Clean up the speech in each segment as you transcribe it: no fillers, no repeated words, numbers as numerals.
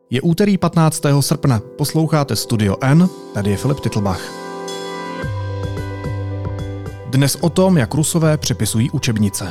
Je úterý 15. srpna, posloucháte Studio N, tady je Filip Titlbach. Dnes o tom, jak Rusové přepisují učebnice.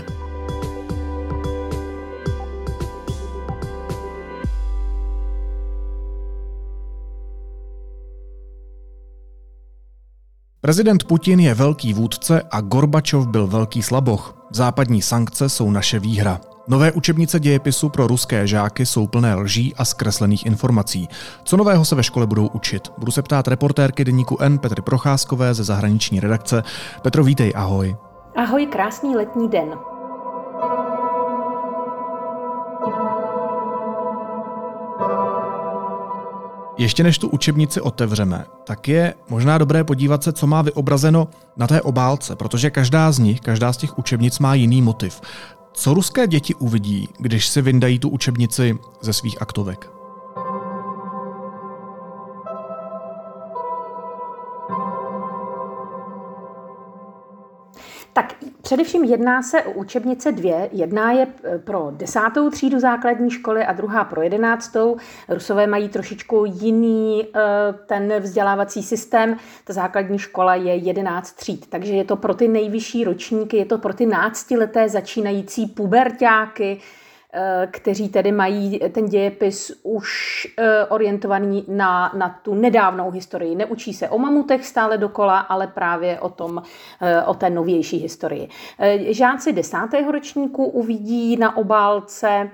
Prezident Putin je velký vůdce a Gorbačov byl velký slaboch. Západní sankce jsou naše výhra. Nové učebnice dějepisu pro ruské žáky jsou plné lží a zkreslených informací. Co nového se ve škole budou učit? Budu se ptát reportérky deníku N Petry Procházkové ze zahraniční redakce. Petro, vítej, ahoj. Ahoj, krásný letní den. Ještě než tu učebnici otevřeme, tak je možná dobré podívat se, co má vyobrazeno na té obálce, protože každá z těch učebnic má jiný motiv. Co ruské děti uvidí, když si vyndají tu učebnici ze svých aktovek? Tak především jedná se o učebnice dvě. Jedna je pro 10. třídu základní školy a druhá pro 11. Rusové mají trošičku jiný ten vzdělávací systém. Ta základní škola je 11 tříd, takže je to pro ty nejvyšší ročníky, je to pro ty náctileté začínající puberťáky, kteří tedy mají ten dějepis už orientovaný na tu nedávnou historii. Neučí se o mamutech stále dokola, ale právě o té novější historii. Žáci 10. ročníku uvidí na obálce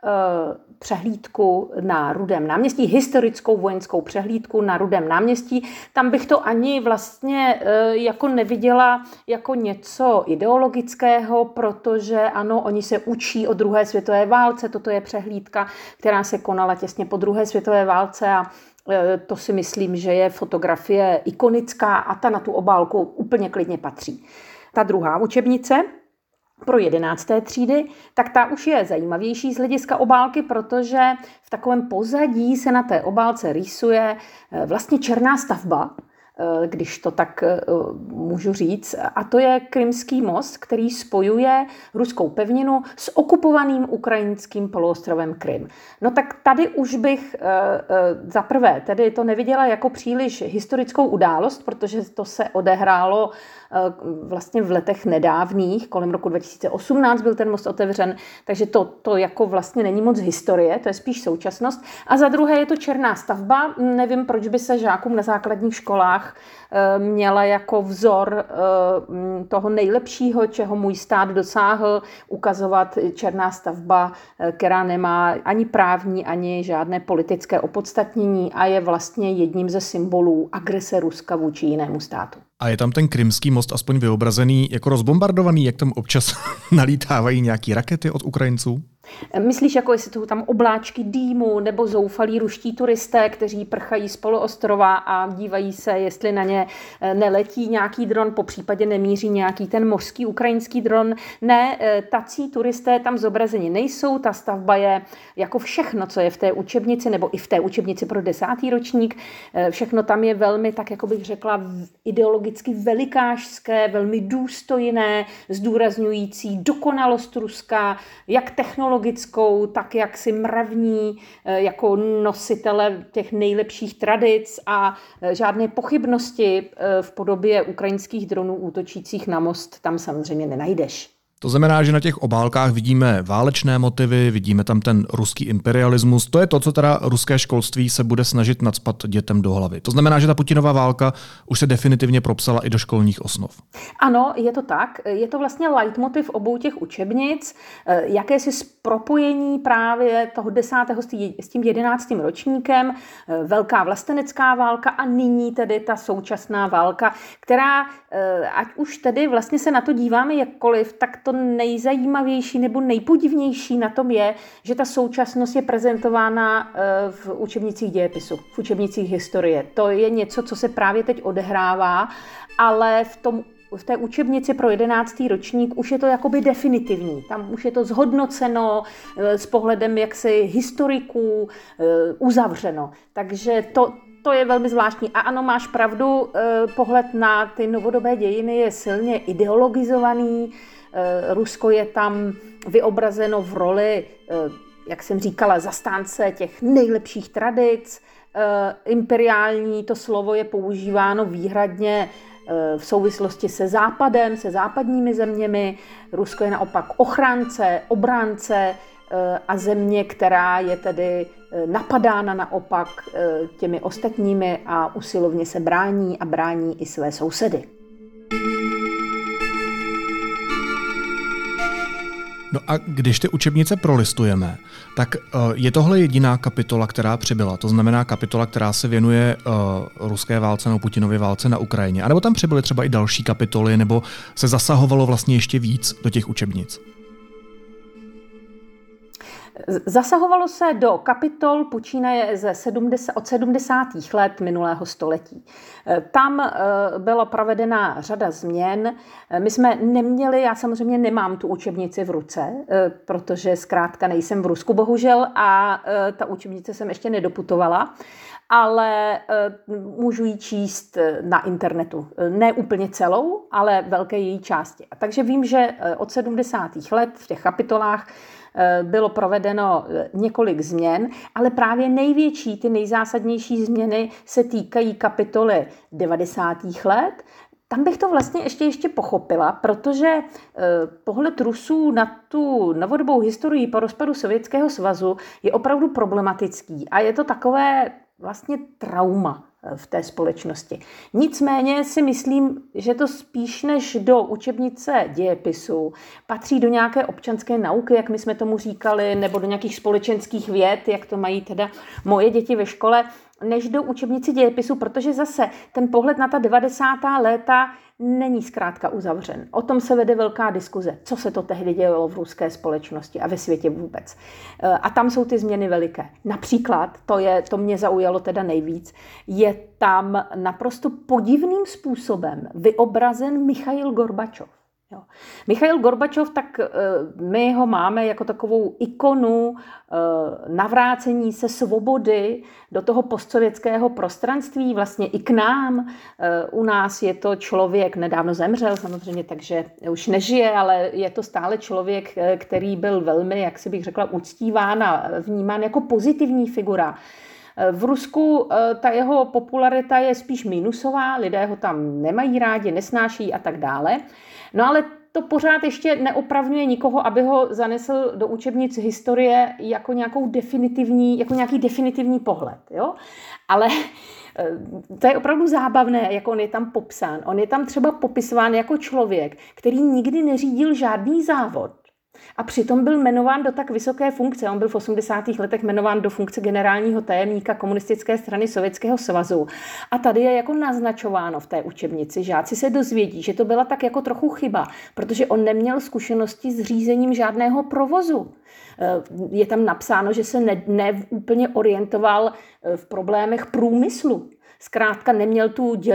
přehlídku na Rudém náměstí, historickou vojenskou přehlídku na Rudém náměstí. Tam bych to ani vlastně jako neviděla jako něco ideologického, protože ano, oni se učí o druhé světové válce, toto je přehlídka, která se konala těsně po druhé světové válce a to si myslím, že je fotografie ikonická a ta na tu obálku úplně klidně patří. Ta druhá učebnice pro 11. třídy, tak ta už je zajímavější z hlediska obálky, protože v takovém pozadí se na té obálce rýsuje vlastně černá stavba, když to tak můžu říct, a to je Krymský most, který spojuje ruskou pevninu s okupovaným ukrajinským poloostrovem Krym. No tak tady už bych za prvé tedy to neviděla jako příliš historickou událost, protože to se odehrálo vlastně v letech nedávných, kolem roku 2018 byl ten most otevřen, takže to jako vlastně není moc historie, to je spíš současnost. A za druhé je to černá stavba, nevím, proč by se žákům na základních školách měla jako vzor toho nejlepšího, čeho můj stát dosáhl, ukazovat černá stavba, která nemá ani právní, ani žádné politické opodstatnění a je vlastně jedním ze symbolů agrese Ruska vůči jinému státu. A je tam ten Krymský most aspoň vyobrazený jako rozbombardovaný, jak tam občas nalítávají nějaký rakety od Ukrajinců? Myslíš, jako jestli jsou tam obláčky dýmu nebo zoufalí ruští turisté, kteří prchají z poloostrova a dívají se, jestli na ně neletí nějaký dron, po případě nemíří nějaký ten mořský ukrajinský dron. Ne, tací turisté tam zobrazeni nejsou, ta stavba je jako všechno, co je v té učebnici, nebo i v té učebnici pro 10. ročník, všechno tam je velmi, tak jako bych řekla, ideologicky velikářské, velmi důstojné, zdůrazňující dokonalost Ruska, jak technologickou, tak jaksi mravní, jako nositele těch nejlepších tradic a žádné pochybnosti v podobě ukrajinských dronů útočících na most tam samozřejmě nenajdeš. To znamená, že na těch obálkách vidíme válečné motivy, vidíme tam ten ruský imperialismus. To je to, co teda ruské školství se bude snažit nacpat dětem do hlavy. To znamená, že ta Putinova válka už se definitivně propsala i do školních osnov. Ano, je to tak. Je to vlastně leitmotiv obou těch učebnic. Jakési propojení právě toho 10. s tím 11. ročníkem, velká vlastenecká válka a nyní tedy ta současná válka, která, ať už tedy vlastně se na to díváme jakkoliv, tak to nejzajímavější nebo nejpodivnější na tom je, že ta současnost je prezentována v učebnicích dějepisu, v učebnicích historie. To je něco, co se právě teď odehrává, ale v té učebnici pro 11. ročník už je to jakoby definitivní. Tam už je to zhodnoceno s pohledem jaksi historiků uzavřeno. Takže to je velmi zvláštní. A ano, máš pravdu, pohled na ty novodobé dějiny je silně ideologizovaný. Rusko je tam vyobrazeno v roli jak jsem říkala, zastánce těch nejlepších tradic. Imperiální, to slovo je používáno výhradně v souvislosti se Západem, se západními zeměmi. Rusko je naopak ochránce, obránce a země, která je tedy napadána naopak těmi ostatními a usilovně se brání a brání i své sousedy. No a když ty učebnice prolistujeme, tak je tohle jediná kapitola, která přibyla. To znamená kapitola, která se věnuje ruské válce nebo Putinově válce na Ukrajině. A nebo tam přibyly třeba i další kapitoly, nebo se zasahovalo vlastně ještě víc do těch učebnic? Zasahovalo se do kapitol počínaje od 70. let minulého století. Tam byla provedena řada změn. My jsme neměli, já samozřejmě nemám tu učebnici v ruce, protože zkrátka nejsem v Rusku bohužel a ta učebnice jsem ještě nedoputovala, ale můžu ji číst na internetu. Ne úplně celou, ale velké její části. Takže vím, že od 70. let v těch kapitolách bylo provedeno několik změn, ale právě největší, ty nejzásadnější změny se týkají kapitoly 90. let. Tam bych to vlastně ještě pochopila, protože pohled Rusů na tu novodobou historii po rozpadu Sovětského svazu je opravdu problematický a je to takové vlastně trauma v té společnosti. Nicméně si myslím, že to spíš než do učebnice dějepisu patří do nějaké občanské nauky, jak my jsme tomu říkali, nebo do nějakých společenských věd, jak to mají teda moje děti ve škole, než do učebnici dějepisu, protože zase ten pohled na ta 90. léta není zkrátka uzavřen. O tom se vede velká diskuze, co se to tehdy dělo v ruské společnosti a ve světě vůbec. A tam jsou ty změny veliké. Například, to mě zaujalo teda nejvíc, je tam naprosto podivným způsobem vyobrazen Michail Gorbačov. Jo. Michail Gorbačov, tak my ho máme jako takovou ikonu navrácení se svobody do toho postsovětského prostranství, vlastně i k nám. U nás je to člověk, nedávno zemřel samozřejmě, takže už nežije, ale je to stále člověk, který byl velmi, jak si bych řekla, uctíván a vnímán jako pozitivní figura. V Rusku ta jeho popularita je spíš minusová, lidé ho tam nemají rádi, nesnáší a tak dále. No ale to pořád ještě neopravňuje nikoho, aby ho zanesl do učebnic historie jako nějaký definitivní pohled. Jo? Ale to je opravdu zábavné, jak on je tam popsán. On je tam třeba popisován jako člověk, který nikdy neřídil žádný závod. A přitom byl jmenován do tak vysoké funkce. On byl v 80. letech jmenován do funkce generálního tajemníka komunistické strany Sovětského svazu. A tady je jako naznačováno v té učebnici. Žáci se dozvědí, že to byla tak jako trochu chyba, protože on neměl zkušenosti s řízením žádného provozu. Je tam napsáno, že se úplně orientoval v problémech průmyslu. Zkrátka neměl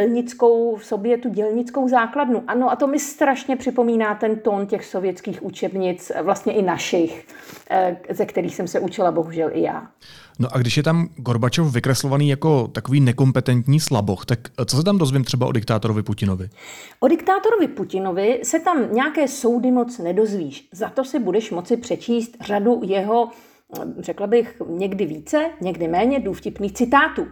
v sobě tu dělnickou základnu. Ano, a to mi strašně připomíná ten tón těch sovětských učebnic, vlastně i našich, ze kterých jsem se učila bohužel i já. No a když je tam Gorbačov vykreslovaný jako takový nekompetentní slaboch, tak co se tam dozvím třeba o diktátorovi Putinovi? O diktátorovi Putinovi se tam nějaké soudy moc nedozvíš. Za to si budeš moci přečíst řadu jeho, řekla bych, někdy více, někdy méně důvtipných citátů.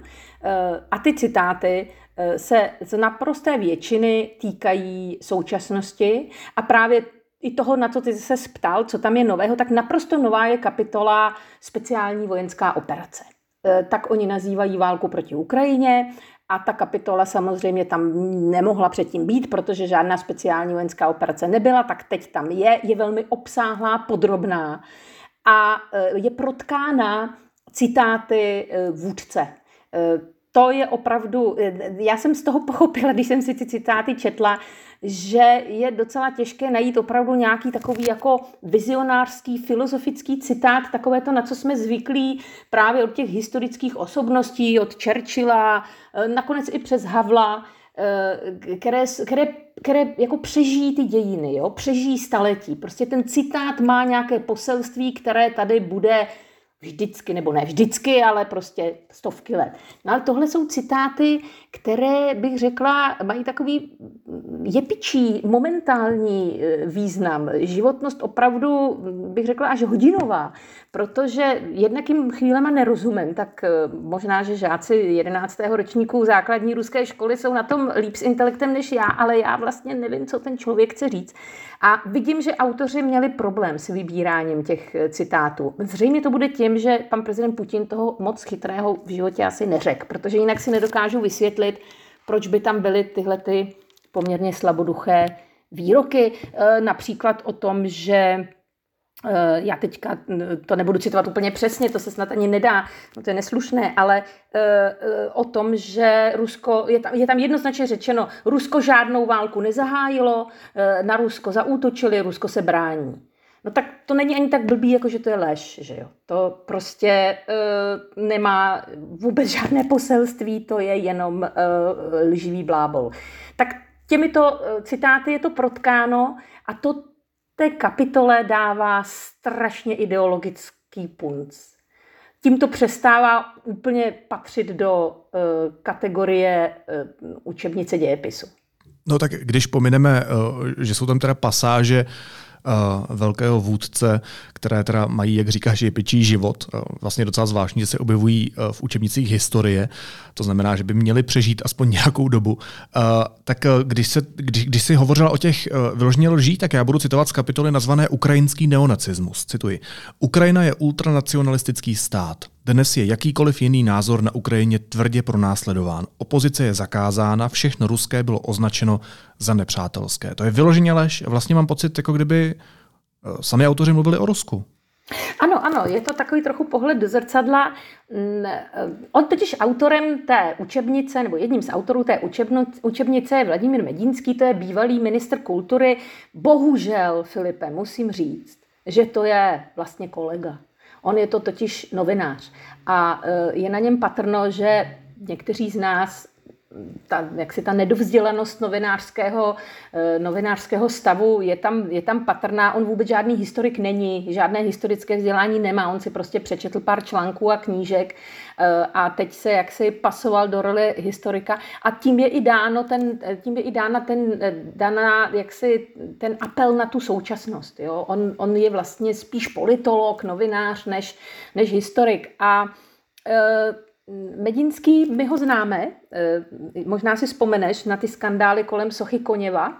A ty citáty se z naprosté většiny týkají současnosti a právě i toho, na co ty se ptal, co tam je nového, tak naprosto nová je kapitola speciální vojenská operace. Tak oni nazývají válku proti Ukrajině a ta kapitola samozřejmě tam nemohla předtím být, protože žádná speciální vojenská operace nebyla, tak teď tam je velmi obsáhlá, podrobná a je protkána citáty vůdce. To je opravdu, já jsem z toho pochopila, když jsem si ty citáty četla, že je docela těžké najít opravdu nějaký takový jako vizionářský, filozofický citát, takové to, na co jsme zvyklí právě od těch historických osobností, od Churchilla, nakonec i přes Havla, které jako přežijí ty dějiny, jo? Přežijí staletí. Prostě ten citát má nějaké poselství, které tady bude vždycky, nebo ne vždycky, ale prostě stovky let. No ale tohle jsou citáty, které bych řekla, mají takový jepičí, momentální význam. Životnost opravdu, bych řekla, až hodinová, protože jednak jim chvílema nerozumím, tak možná, že žáci 11. ročníku základní ruské školy jsou na tom líp s intelektem než já, ale já vlastně nevím, co ten člověk chce říct. A vidím, že autoři měli problém s vybíráním těch citátů. Zřejmě to bude tím, že pan prezident Putin toho moc chytrého v životě asi neřekl, protože jinak si nedokážu vysvětlit, proč by tam byly tyhle ty poměrně slaboduché výroky. Například o tom, že já teďka to nebudu citovat úplně přesně, to se snad ani nedá, to je neslušné, ale o tom, že Rusko, je tam jednoznačně řečeno, Rusko žádnou válku nezahájilo, na Rusko zaútočili, Rusko se brání. No tak to není ani tak blbý, jako že to je lež, že jo. To prostě nemá vůbec žádné poselství, to je jenom lživý blábol. Tak těmito citáty je to protkáno a to té kapitole dává strašně ideologický punc. Tím to přestává úplně patřit do kategorie učebnice dějepisu. No tak když pomineme, že jsou tam teda pasáže velkého vůdce, které teda mají, jak říkáš, jepičí život. Vlastně docela zvláštní, že se objevují v učebnicích historie. To znamená, že by měli přežít aspoň nějakou dobu. Tak když jsi hovořila o těch vyloženě lží, tak já budu citovat z kapitoly nazvané Ukrajinský neonacismus. Cituji. Ukrajina je ultranacionalistický stát. Dnes je jakýkoliv jiný názor na Ukrajině tvrdě pronásledován. Opozice je zakázána, všechno ruské bylo označeno za nepřátelské. To je vyloženě lež. Vlastně mám pocit, jako kdyby sami autoři mluvili o Rusku. Ano, je to takový trochu pohled do zrcadla. On totiž autorem té učebnice, nebo jedním z autorů té učebnice je Vladimír Medínský, to je bývalý ministr kultury. Bohužel, Filipe, musím říct, že to je vlastně kolega. On je to totiž novinář a je na něm patrno, že někteří z nás, ta nedovzdělanost novinářského stavu je tam patrná. On vůbec žádný historik není, žádné historické vzdělání nemá. On si prostě přečetl pár článků a knížek a teď se jaksi pasoval do role historika. A tím je i dána ten apel na tu současnost. Jo? On je vlastně spíš politolog, novinář, než historik. A Medínský, my ho známe, možná si vzpomeneš na ty skandály kolem sochy Koněva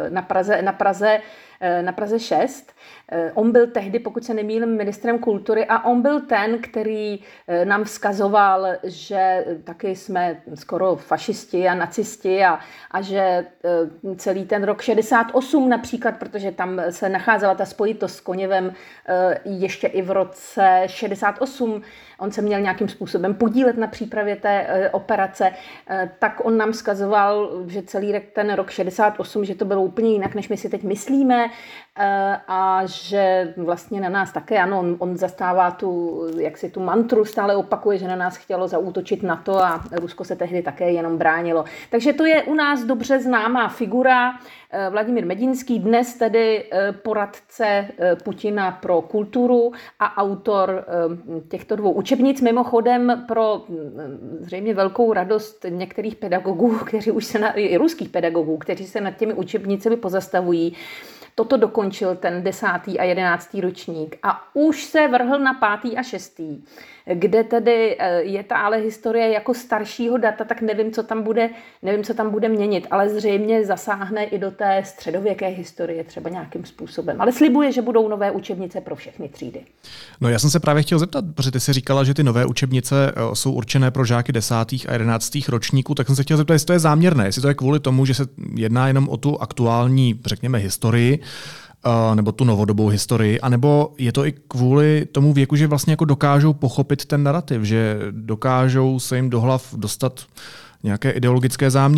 na Praze 6. On byl tehdy, pokud se nemýlím, ministrem kultury a on byl ten, který nám vzkazoval, že taky jsme skoro fašisti a nacisti a že celý ten rok 68 například, protože tam se nacházela ta spojitost s Koněvem ještě i v roce 68, on se měl nějakým způsobem podílet na přípravě té operace, tak on nám vzkazoval, že celý ten rok 68, že to bylo úplně jinak, než my si teď myslíme a že vlastně na nás také, ano, on zastává tu mantru, stále opakuje, že na nás chtělo zaútočit NATO a Rusko se tehdy také jenom bránilo. Takže to je u nás dobře známá figura, Vladimír Medínský, dnes tedy poradce Putina pro kulturu a autor těchto dvou učebnic. Mimochodem pro zřejmě velkou radost některých pedagogů, i ruských pedagogů, kteří se nad těmi učebnicemi pozastavují. Toto dokončil ten 10. a 11. ročník a už se vrhl na 5. a 6., kde tedy je ta ale historie jako staršího data, tak nevím, co tam bude měnit, ale zřejmě zasáhne i do té středověké historie třeba nějakým způsobem. Ale slibuje, že budou nové učebnice pro všechny třídy. No já jsem se právě chtěl zeptat, protože ty jsi říkala, že ty nové učebnice jsou určené pro žáky 10. a 11. ročníků, tak jsem se chtěl zeptat, jestli to je záměrné, jestli to je kvůli tomu, že se jedná jenom o tu aktuální, řekněme, historii, nebo tu novodobou historii, anebo je to i kvůli tomu věku, že vlastně jako dokážou pochopit ten narrativ, že dokážou se jim do hlav dostat nějaké ideologické záměry.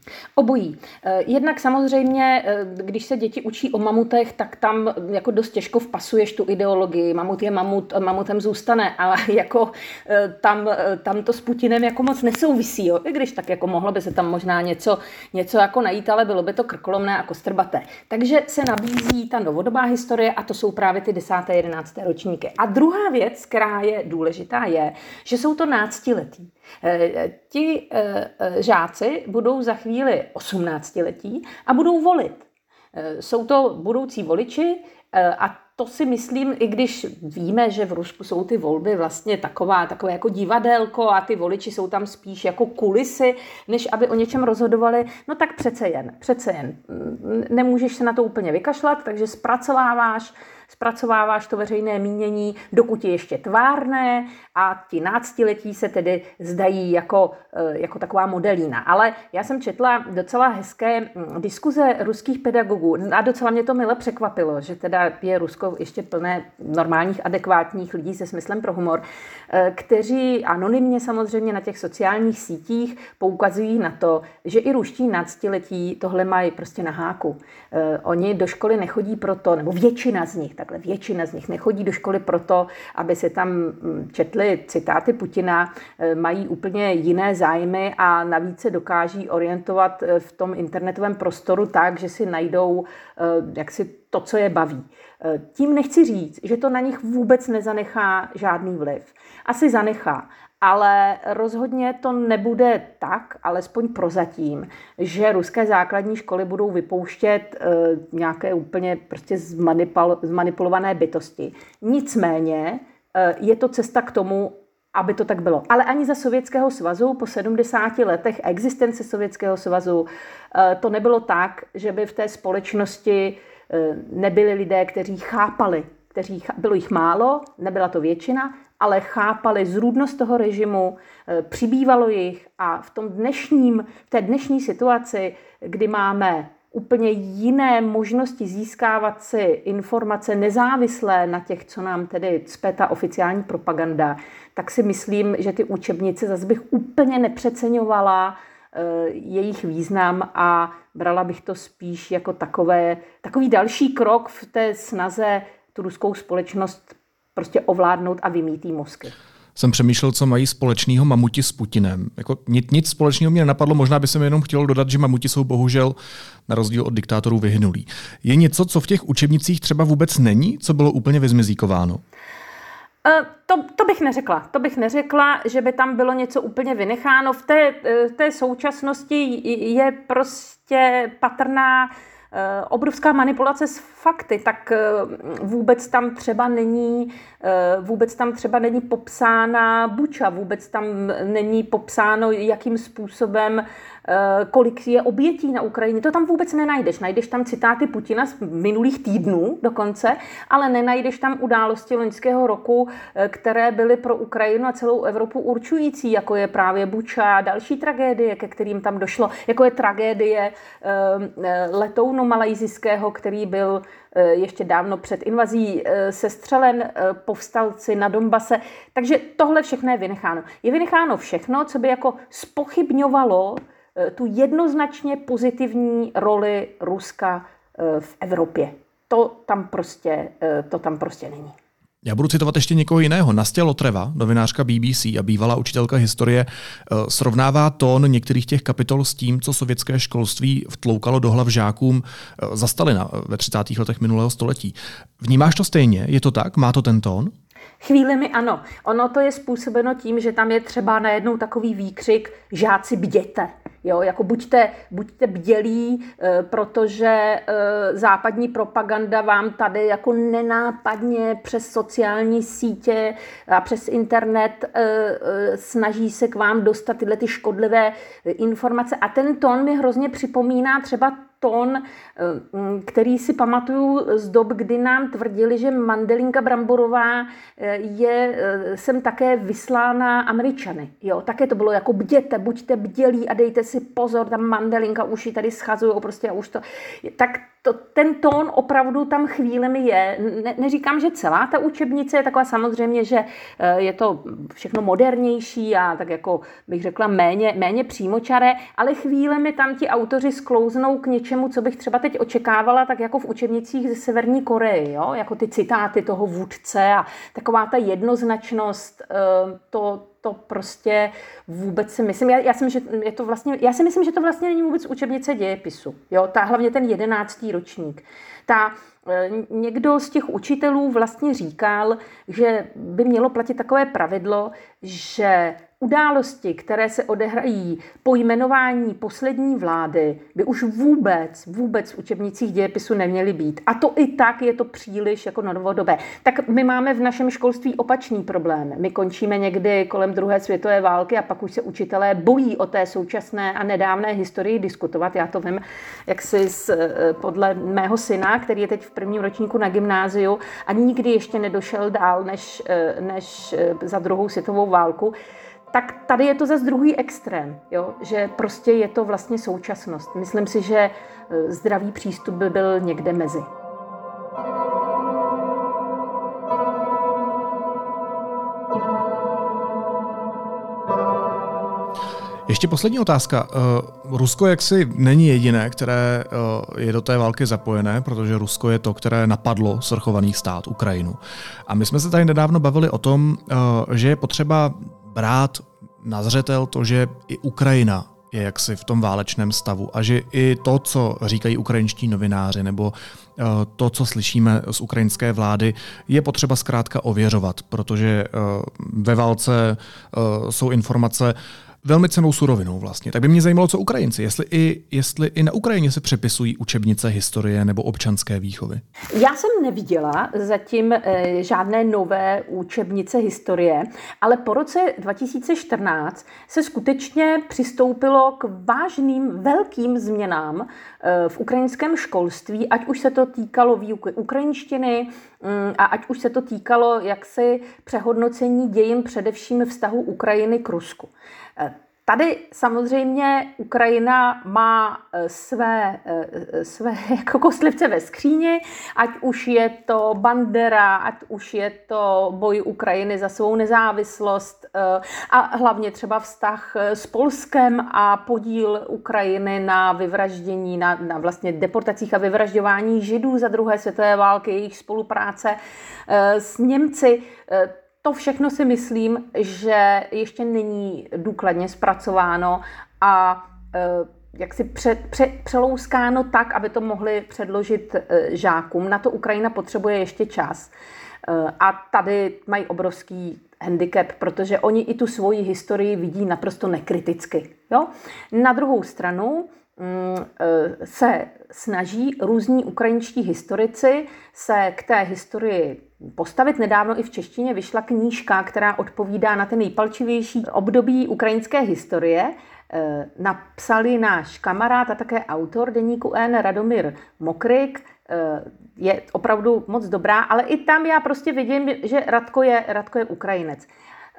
Obojí. Jednak samozřejmě, když se děti učí o mamutech, tak tam jako dost těžko vpasuješ tu ideologii. Mamut je mamut, mamutem zůstane, ale jako tam to s Putinem jako moc nesouvisí. Jo? I když tak jako mohlo by se tam možná něco jako najít, ale bylo by to krkolomné a kostrbaté. Takže se nabízí ta novodobá historie a to jsou právě ty 10. 11. ročníky. A druhá věc, která je důležitá, je, že jsou to náctiletí. Ti žáci budou za chvíli 18letí a budou volit. Jsou to budoucí voliči a to si myslím, i když víme, že v Rusku jsou ty volby vlastně takové jako divadélko a ty voliči jsou tam spíš jako kulisy, než aby o něčem rozhodovali, no tak přece jen. Nemůžeš se na to úplně vykašlat, takže zpracováváš to veřejné mínění, dokud je ještě tvárné a ti náctiletí se tedy zdají jako taková modelína. Ale já jsem četla docela hezké diskuze ruských pedagogů a docela mě to mile překvapilo, že teda je Rusko ještě plné normálních, adekvátních lidí se smyslem pro humor, kteří anonymně samozřejmě na těch sociálních sítích poukazují na to, že i ruští náctiletí tohle mají prostě na háku. Oni do školy nechodí proto, nebo většina z nich nechodí do školy proto, aby se tam četli citáty Putina, mají úplně jiné zájmy a navíc se dokáží orientovat v tom internetovém prostoru tak, že si najdou jaksi to, co je baví. Tím nechci říct, že to na nich vůbec nezanechá žádný vliv. Asi zanechá, ale rozhodně to nebude tak, alespoň prozatím, že ruské základní školy budou vypouštět nějaké úplně prostě zmanipulované bytosti. Nicméně je to cesta k tomu, aby to tak bylo. Ale ani za Sovětského svazu po 70 letech existence Sovětského svazu to nebylo tak, že by v té společnosti nebyli lidé, kteří chápali, bylo jich málo, nebyla to většina, ale chápali zrůdnost toho režimu, přibývalo jich a v té dnešní situaci, kdy máme úplně jiné možnosti získávat si informace nezávislé na těch, co nám tedy cpe ta oficiální propaganda, tak si myslím, že ty učebnice zase bych úplně nepřeceňovala jejich význam a brala bych to spíš jako takový další krok v té snaze tu ruskou společnost prostě ovládnout a vymýt jí mozky. Jsem přemýšlel, co mají společného mamuti s Putinem. Jako nic společného mě nenapadlo, možná by se mi jenom chtělo dodat, že mamuti jsou bohužel na rozdíl od diktátorů vyhynulí. Je něco, co v těch učebnicích třeba vůbec není, co bylo úplně vyzmizíkováno? To bych neřekla, že by tam bylo něco úplně vynecháno. V té současnosti je prostě patrná obrovská manipulace s fakty, tak vůbec tam třeba není popsána Buča, vůbec tam není popsáno, jakým způsobem, kolik je obětí na Ukrajině. To tam vůbec nenajdeš. Najdeš tam citáty Putina z minulých týdnů dokonce, ale nenajdeš tam události loňského roku, které byly pro Ukrajinu a celou Evropu určující, jako je právě Buča a další tragédie, ke kterým tam došlo, jako je tragédie letounu malajzijského, který byl ještě dávno před invazí sestřelen povstalci na Donbase. Takže tohle všechno je vynecháno. Je vynecháno všechno, co by jako zpochybňovalo tu jednoznačně pozitivní roli Ruska v Evropě. To tam prostě není. Já budu citovat ještě někoho jiného. Nastja Lotreva, novinářka BBC a bývalá učitelka historie, srovnává tón některých těch kapitol s tím, co sovětské školství vtloukalo do hlav žákům za Stalina ve 30. letech minulého století. Vnímáš to stejně? Je to tak? Má to ten tón? Chvílemi ano. Ono to je způsobeno tím, že tam je třeba najednou takový výkřik žáci bděte. Jo, jako buďte bdělí, protože západní propaganda vám tady jako nenápadně přes sociální sítě a přes internet snaží se k vám dostat tyhle ty škodlivé informace. A ten tón mi hrozně připomíná třeba tón, který si pamatuju z dob, kdy nám tvrdili, že mandelinka bramborová je sem také vyslána Američany. Jo, také to bylo jako bděte, buďte bdělí a dejte si pozor, ta mandelinka už ji tady schazujou prostě a už to... Tak ten tón opravdu tam chvílemi je. Neříkám, že celá ta učebnice je taková, samozřejmě, že je to všechno modernější a tak jako bych řekla méně přímočaré, ale chvílemi tam ti autoři sklouznou k něčemu, co bych třeba teď očekávala, tak jako v učebnicích ze Severní Koreje, jo? Jako ty citáty toho vůdce a taková ta jednoznačnost, to prostě vůbec si myslím. Já si myslím, že to vlastně není vůbec učebnice dějepisu. Jo? Hlavně ten 11. ročník. Někdo z těch učitelů vlastně říkal, že by mělo platit takové pravidlo, že události, které se odehrají po jmenování poslední vlády, by už vůbec v učebnicích dějepisu neměly být. A to i tak je to příliš jako novodobé. Tak my máme v našem školství opačný problém. My končíme někdy kolem druhé světové války a pak už se učitelé bojí o té současné a nedávné historii diskutovat. Já to vím, jak si podle mého syna, který je teď v prvním ročníku na gymnáziu a nikdy ještě nedošel dál než za druhou světovou válku, tak tady je to zase druhý extrém, jo? Že prostě je to vlastně současnost. Myslím si, že zdravý přístup by byl někde mezi. Ještě poslední otázka. Rusko jaksi není jediné, které je do té války zapojené, protože Rusko je to, které napadlo svrchovaný stát Ukrajinu. A my jsme se tady nedávno bavili o tom, že je potřeba brát na zřetel to, že i Ukrajina je jaksi v tom válečném stavu a že i to, co říkají ukrajinští novináři nebo to, co slyšíme z ukrajinské vlády, je potřeba zkrátka ověřovat, protože ve válce jsou informace velmi cennou surovinou vlastně. Tak by mě zajímalo, co Ukrajinci, jestli i na Ukrajině se přepisují učebnice historie nebo občanské výchovy. Já jsem neviděla zatím žádné nové učebnice historie, ale po roce 2014 se skutečně přistoupilo k vážným velkým změnám v ukrajinském školství, ať už se to týkalo výuky ukrajinštiny a ať už se to týkalo jaksi přehodnocení dějin především vztahu Ukrajiny k Rusku. Tady samozřejmě Ukrajina má své jako kostlivce ve skříni, ať už je to Bandera, ať už je to boj Ukrajiny za svou nezávislost a hlavně třeba vztah s Polskem a podíl Ukrajiny na vyvraždění, na vlastně deportacích a vyvražďování Židů za druhé světové války, jejich spolupráce s Němci. To všechno si myslím, že ještě není důkladně zpracováno a jaksi přelouskáno tak, aby to mohli předložit žákům. Na to Ukrajina potřebuje ještě čas. A tady mají obrovský handicap, protože oni i tu svoji historii vidí naprosto nekriticky. Jo? Na druhou stranu se snaží různí ukrajinští historici se k té historii postavit. Nedávno i v češtině vyšla knížka, která odpovídá na ty nejpalčivější období ukrajinské historie. Napsal ji náš kamarád a také autor deníku N Radomír Mokryk. Je opravdu moc dobrá, ale i tam já prostě vidím, že Radko je Ukrajinec.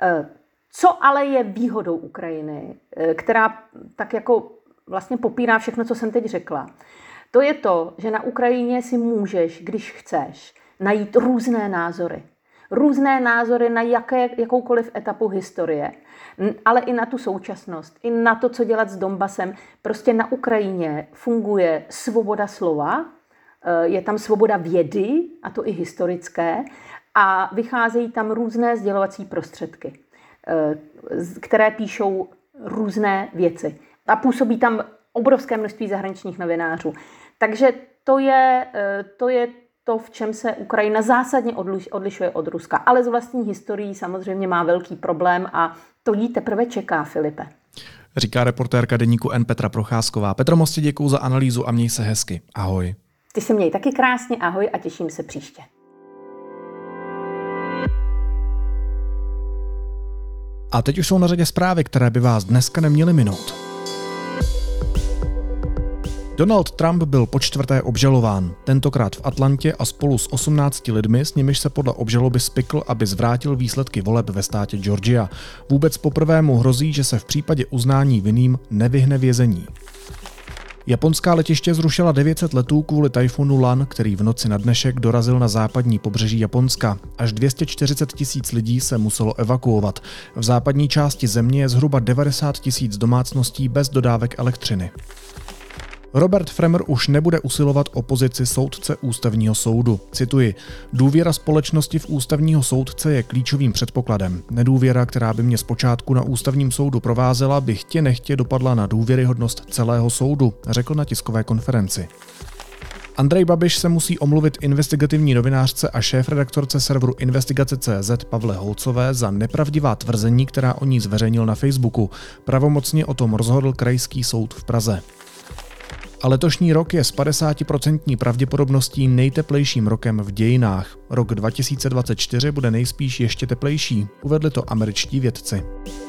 Co ale je výhodou Ukrajiny, která tak jako vlastně popírá všechno, co jsem teď řekla, to je to, že na Ukrajině si můžeš, když chceš, najít různé názory. Různé názory na jakoukoliv etapu historie, ale i na tu současnost, i na to, co dělat s Donbasem. Prostě na Ukrajině funguje svoboda slova, je tam svoboda vědy, a to i historické, a vycházejí tam různé sdělovací prostředky, které píšou různé věci. A působí tam obrovské množství zahraničních novinářů. Takže to je to, v čem se Ukrajina zásadně odlišuje od Ruska. Ale z vlastní historií samozřejmě má velký problém a to jí teprve čeká, Filipe. Říká reportérka deníku N Petra Procházková. Petro, moc ti děkuju za analýzu a měj se hezky. Ahoj. Ty se měj taky krásně, ahoj a těším se příště. A teď už jsou na řadě zprávy, které by vás dneska neměly minout. Donald Trump byl počtvrté obžalován, tentokrát v Atlantě a spolu s 18 lidmi, s nimiž se podle obžaloby spikl, aby zvrátil výsledky voleb ve státě Georgia. Vůbec poprvé mu hrozí, že se v případě uznání vinným nevyhne vězení. Japonská letiště zrušila 900 letů kvůli tajfunu Lan, který v noci na dnešek dorazil na západní pobřeží Japonska. Až 240 000 lidí se muselo evakuovat. V západní části země je zhruba 90 000 domácností bez dodávek elektřiny. Robert Fremer už nebude usilovat o pozici soudce ústavního soudu. Cituji: důvěra společnosti v ústavního soudce je klíčovým předpokladem. Nedůvěra, která by mě zpočátku na ústavním soudu provázela, by chtě nechtě dopadla na důvěryhodnost celého soudu, řekl na tiskové konferenci. Andrej Babiš se musí omluvit investigativní novinářce a šéfredaktorce serveru Investigace.cz Pavle Holcové za nepravdivá tvrzení, která o ní zveřejnil na Facebooku. Pravomocně o tom rozhodl Krajský soud v Praze. A letošní rok je s 50% pravděpodobností nejteplejším rokem v dějinách. Rok 2024 bude nejspíš ještě teplejší, uvedli to američtí vědci.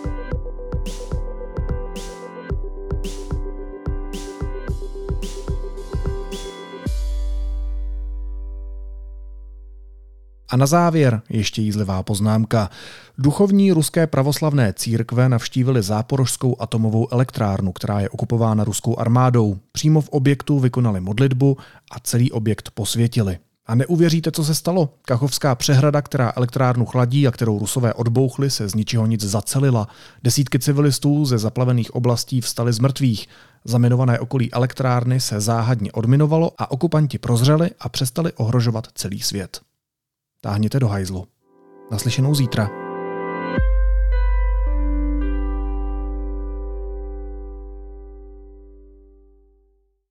A na závěr ještě jízlivá poznámka. Duchovní ruské pravoslavné církve navštívili Záporožskou atomovou elektrárnu, která je okupována ruskou armádou. Přímo v objektu vykonali modlitbu a celý objekt posvětili. A neuvěříte, co se stalo? Kachovská přehrada, která elektrárnu chladí a kterou Rusové odbouchli, se z ničeho nic zacelila. Desítky civilistů ze zaplavených oblastí vstali z mrtvých. Zaminované okolí elektrárny se záhadně odminovalo a okupanti prozřeli a přestali ohrožovat celý svět. Táhněte do hajzlu. Naslyšenou zítra.